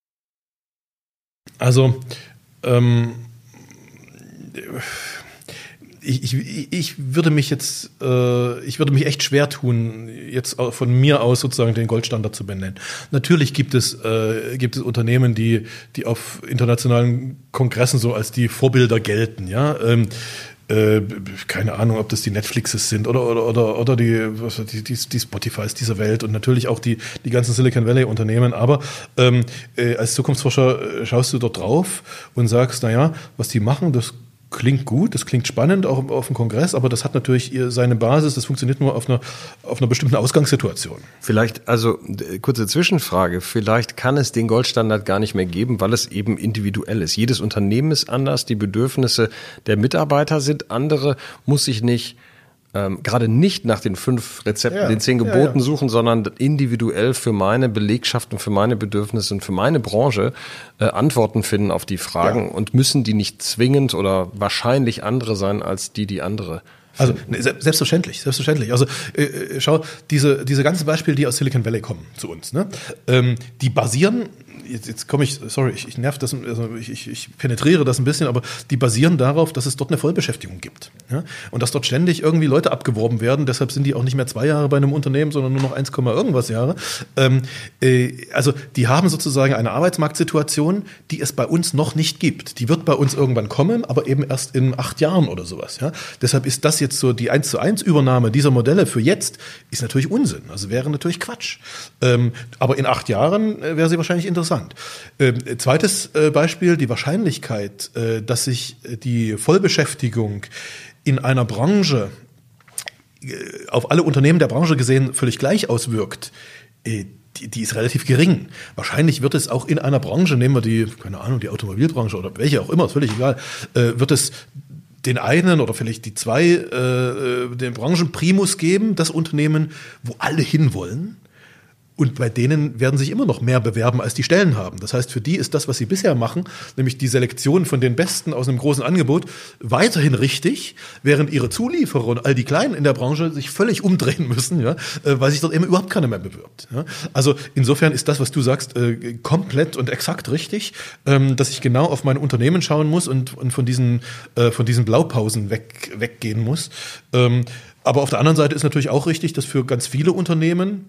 Also, ähm, Ich, ich, ich würde mich jetzt, äh, ich würde mich echt schwer tun, jetzt von mir aus sozusagen den Goldstandard zu benennen. Natürlich gibt es, äh, gibt es Unternehmen, die, die auf internationalen Kongressen so als die Vorbilder gelten, ja. Ähm, äh, keine Ahnung, ob das die Netflixes sind oder oder oder oder die was, die, die, die Spotifys dieser Welt und natürlich auch die die ganzen Silicon Valley Unternehmen. Aber ähm, äh, als Zukunftsforscher äh, schaust du dort drauf und sagst, na ja, was die machen, das klingt gut, das klingt spannend, auch auf dem Kongress, aber das hat natürlich seine Basis, das funktioniert nur auf einer, auf einer bestimmten Ausgangssituation. Vielleicht, also kurze Zwischenfrage, vielleicht kann es den Goldstandard gar nicht mehr geben, weil es eben individuell ist. Jedes Unternehmen ist anders, die Bedürfnisse der Mitarbeiter sind andere, muss sich nicht Ähm, gerade nicht nach den fünf Rezepten, ja, den zehn Geboten ja, ja. suchen, sondern individuell für meine Belegschaft und für meine Bedürfnisse und für meine Branche äh, Antworten finden auf die Fragen ja. und müssen die nicht zwingend oder wahrscheinlich andere sein als die, die andere. Also ne, selbstverständlich, selbstverständlich. Also äh, schau, diese diese ganzen Beispiele, die aus Silicon Valley kommen zu uns, ne, ähm, die basieren. Jetzt, jetzt komme ich, sorry, ich, ich nerv das, also ich, ich, ich penetriere das ein bisschen, aber die basieren darauf, dass es dort eine Vollbeschäftigung gibt. Ja? Und dass dort ständig irgendwie Leute abgeworben werden, deshalb sind die auch nicht mehr zwei Jahre bei einem Unternehmen, sondern nur noch eins, irgendwas Jahre. Ähm, äh, also die haben sozusagen eine Arbeitsmarktsituation, die es bei uns noch nicht gibt. Die wird bei uns irgendwann kommen, aber eben erst in acht Jahren oder sowas. Ja? Deshalb ist das jetzt so, die eins zu eins Übernahme dieser Modelle für jetzt ist natürlich Unsinn, also wäre natürlich Quatsch. Ähm, aber in acht Jahren äh, wäre sie wahrscheinlich interessant. Ähm, zweites äh, Beispiel, die Wahrscheinlichkeit, äh, dass sich die Vollbeschäftigung in einer Branche äh, auf alle Unternehmen der Branche gesehen völlig gleich auswirkt, äh, die, die ist relativ gering. Wahrscheinlich wird es auch in einer Branche, nehmen wir die, keine Ahnung, die Automobilbranche oder welche auch immer, ist völlig egal, äh, wird es den einen oder vielleicht die zwei, äh, den Branchenprimus geben, das Unternehmen, wo alle hinwollen. Und bei denen werden sich immer noch mehr bewerben, als die Stellen haben. Das heißt, für die ist das, was sie bisher machen, nämlich die Selektion von den Besten aus einem großen Angebot, weiterhin richtig, während ihre Zulieferer und all die Kleinen in der Branche sich völlig umdrehen müssen, ja, weil sich dort eben überhaupt keiner mehr bewirbt. Ja. Also insofern ist das, was du sagst, komplett und exakt richtig, dass ich genau auf mein Unternehmen schauen muss und, und von diesen, von diesen Blaupausen weg, weggehen muss. Aber auf der anderen Seite ist natürlich auch richtig, dass für ganz viele Unternehmen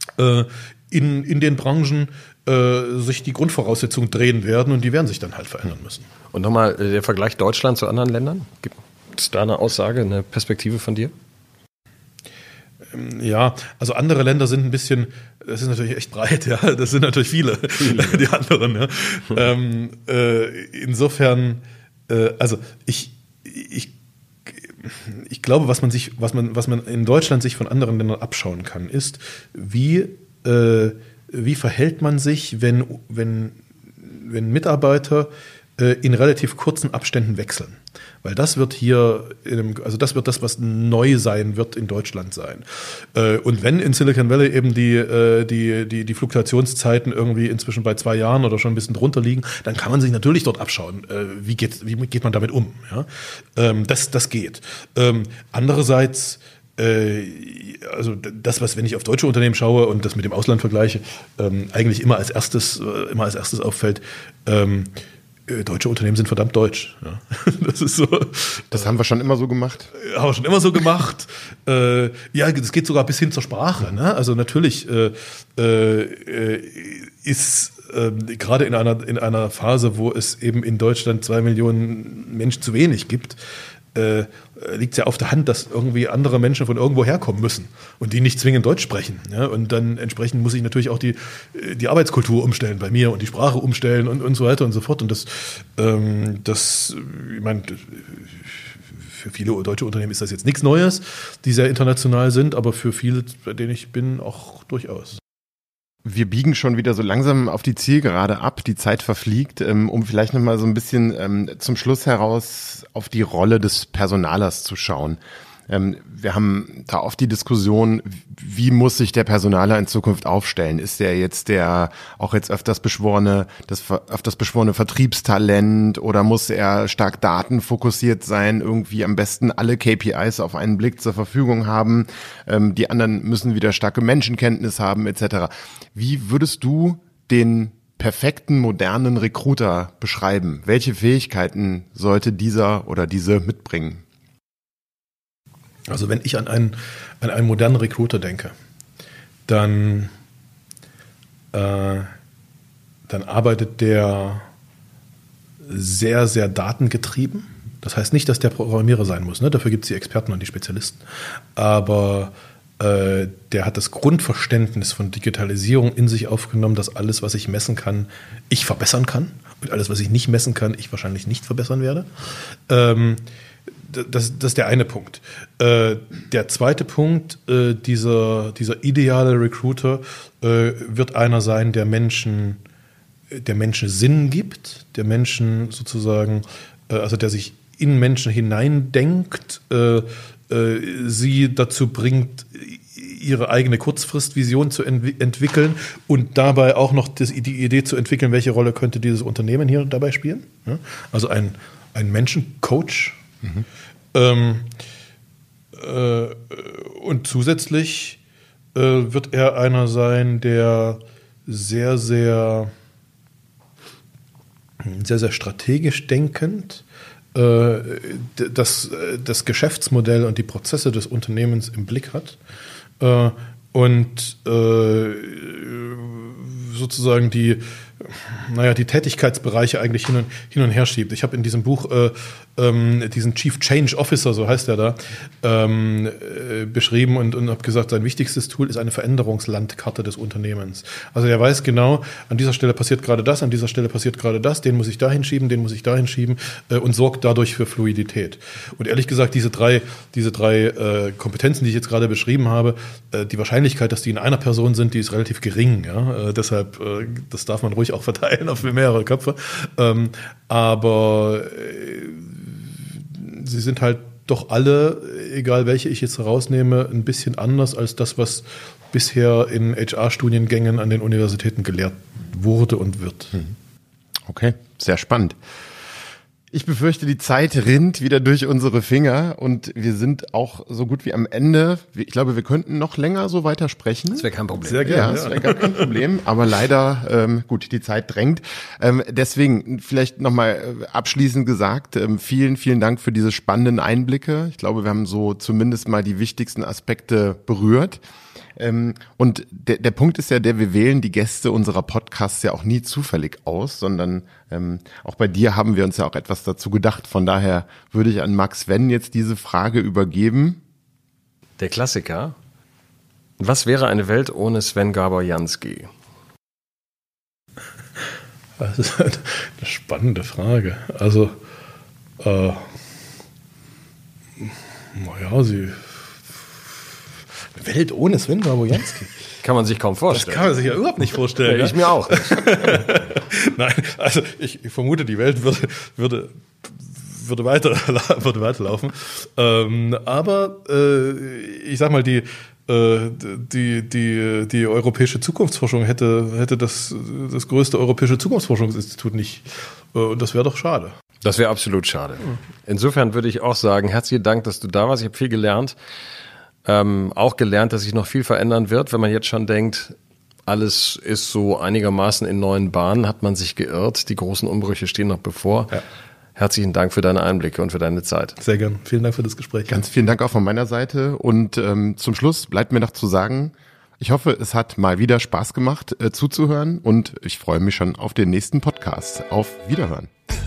in, in den Branchen äh, sich die Grundvoraussetzungen drehen werden und die werden sich dann halt verändern müssen. Und nochmal der Vergleich Deutschland zu anderen Ländern. Gibt es da eine Aussage, eine Perspektive von dir? Ja, also andere Länder sind ein bisschen, das ist natürlich echt breit, ja, das sind natürlich viele, viele. Die anderen. Ja. ähm, äh, insofern, äh, also ich, ich Ich glaube, was man sich, was man, was man in Deutschland sich von anderen Ländern abschauen kann, ist, wie, äh, wie verhält man sich, wenn, wenn, wenn Mitarbeiter äh, in relativ kurzen Abständen wechseln. Weil das wird hier, in einem, also das wird das, was neu sein wird in Deutschland sein. Äh, und wenn in Silicon Valley eben die, äh, die, die, die Fluktuationszeiten irgendwie inzwischen bei zwei Jahren oder schon ein bisschen drunter liegen, dann kann man sich natürlich dort abschauen, äh, wie geht, wie geht man damit um. Ja? Ähm, das, das geht. Ähm, andererseits, äh, also das, was, wenn ich auf deutsche Unternehmen schaue und das mit dem Ausland vergleiche, ähm, eigentlich immer als erstes, äh, immer als erstes auffällt, ähm, deutsche Unternehmen sind verdammt deutsch. Ja. Das ist so. Das haben wir schon immer so gemacht. Haben wir schon immer so gemacht. äh, ja, das geht sogar bis hin zur Sprache. Ne? Also natürlich äh, äh, ist äh, gerade in einer, in einer Phase, wo es eben in Deutschland zwei Millionen Menschen zu wenig gibt, äh, liegt es ja auf der Hand, dass irgendwie andere Menschen von irgendwo herkommen müssen und die nicht zwingend Deutsch sprechen. Ja? Und dann entsprechend muss ich natürlich auch die, die Arbeitskultur umstellen bei mir und die Sprache umstellen und, und so weiter und so fort. Und das, ähm, das ich meine, für viele deutsche Unternehmen ist das jetzt nichts Neues, die sehr international sind, aber für viele, bei denen ich bin, auch durchaus. Wir biegen schon wieder so langsam auf die Zielgerade ab, die Zeit verfliegt, um vielleicht nochmal so ein bisschen zum Schluss heraus auf die Rolle des Personalers zu schauen. Ähm, wir haben da oft die Diskussion, wie muss sich der Personaler in Zukunft aufstellen? Ist der jetzt der auch jetzt öfters beschworene, das öfters beschworene Vertriebstalent oder muss er stark datenfokussiert sein, irgendwie am besten alle K P Is auf einen Blick zur Verfügung haben? Ähm, die anderen müssen wieder starke Menschenkenntnis haben et cetera. Wie würdest du den perfekten modernen Recruiter beschreiben? Welche Fähigkeiten sollte dieser oder diese mitbringen? Also wenn ich an einen, an einen modernen Recruiter denke, dann, äh, dann arbeitet der sehr, sehr datengetrieben. Das heißt nicht, dass der Programmierer sein muss, ne? Dafür gibt es die Experten und die Spezialisten. Aber äh, der hat das Grundverständnis von Digitalisierung in sich aufgenommen, dass alles, was ich messen kann, ich verbessern kann. Und alles, was ich nicht messen kann, ich wahrscheinlich nicht verbessern werde. Ähm, Das, das ist der eine Punkt. Äh, der zweite Punkt, äh, dieser, dieser ideale Recruiter äh, wird einer sein, der Menschen, der Menschen Sinn gibt, der Menschen sozusagen, äh, also der sich in Menschen hineindenkt, äh, äh, sie dazu bringt, ihre eigene Kurzfristvision zu ent- entwickeln und dabei auch noch das, die Idee zu entwickeln, welche Rolle könnte dieses Unternehmen hier dabei spielen. Ja? Also ein, ein Menschencoach. Mhm. Ähm, äh, und zusätzlich äh, wird er einer sein, der sehr, sehr, sehr, sehr strategisch denkend äh, das, das Geschäftsmodell und die Prozesse des Unternehmens im Blick hat äh, und äh, sozusagen die naja, die Tätigkeitsbereiche eigentlich hin und, hin und her schiebt. Ich habe in diesem Buch äh, ähm, diesen Chief Change Officer, so heißt er da, ähm, äh, beschrieben und, und habe gesagt, sein wichtigstes Tool ist eine Veränderungslandkarte des Unternehmens. Also er weiß genau, an dieser Stelle passiert gerade das, an dieser Stelle passiert gerade das, den muss ich dahin schieben, den muss ich dahin schieben äh, und sorgt dadurch für Fluidität. Und ehrlich gesagt, diese drei, diese drei äh, Kompetenzen, die ich jetzt gerade beschrieben habe, äh, die Wahrscheinlichkeit, dass die in einer Person sind, die ist relativ gering. Ja? Äh, deshalb, äh, das darf man ruhig auch verteilen auf mehrere Köpfe. Ähm, aber äh, sie sind halt doch alle, egal welche ich jetzt herausnehme, ein bisschen anders als das, was bisher in H R-Studiengängen an den Universitäten gelehrt wurde und wird. Okay, sehr spannend. Ich befürchte, die Zeit rinnt wieder durch unsere Finger und wir sind auch so gut wie am Ende. Ich glaube, wir könnten noch länger so weiter sprechen. Das wäre kein Problem. Sehr gerne. Ja, das wäre gar kein Problem. Aber leider, ähm, gut, die Zeit drängt. Ähm, deswegen vielleicht nochmal abschließend gesagt, ähm, vielen, vielen Dank für diese spannenden Einblicke. Ich glaube, wir haben so zumindest mal die wichtigsten Aspekte berührt. Ähm, und der, der Punkt ist ja der, wir wählen die Gäste unserer Podcasts ja auch nie zufällig aus, sondern ähm, auch bei dir haben wir uns ja auch etwas dazu gedacht. Von daher würde ich an Max Sven jetzt diese Frage übergeben. Der Klassiker. Was wäre eine Welt ohne Sven Gabor-Jansky? Das ist eine spannende Frage. Also, äh, naja, sie... Welt ohne Sven Gabor-Jansky. Kann man sich kaum vorstellen. Das kann man sich ja überhaupt nicht vorstellen. Ja, ich mir auch. Nein, also ich, ich vermute, die Welt würde, würde, würde, weiter, würde weiterlaufen. Ähm, aber äh, ich sag mal, die, äh, die, die, die europäische Zukunftsforschung hätte, hätte das, das größte europäische Zukunftsforschungsinstitut nicht. Und das wäre doch schade. Das wäre absolut schade. Insofern würde ich auch sagen, herzlichen Dank, dass du da warst. Ich habe viel gelernt. Ähm, auch gelernt, dass sich noch viel verändern wird. Wenn man jetzt schon denkt, alles ist so einigermaßen in neuen Bahnen, hat man sich geirrt. Die großen Umbrüche stehen noch bevor. Ja. Herzlichen Dank für deine Einblicke und für deine Zeit. Sehr gern. Vielen Dank für das Gespräch. Ganz vielen Dank auch von meiner Seite. Und ähm, zum Schluss bleibt mir noch zu sagen, ich hoffe, es hat mal wieder Spaß gemacht, äh, zuzuhören. Und ich freue mich schon auf den nächsten Podcast. Auf Wiederhören.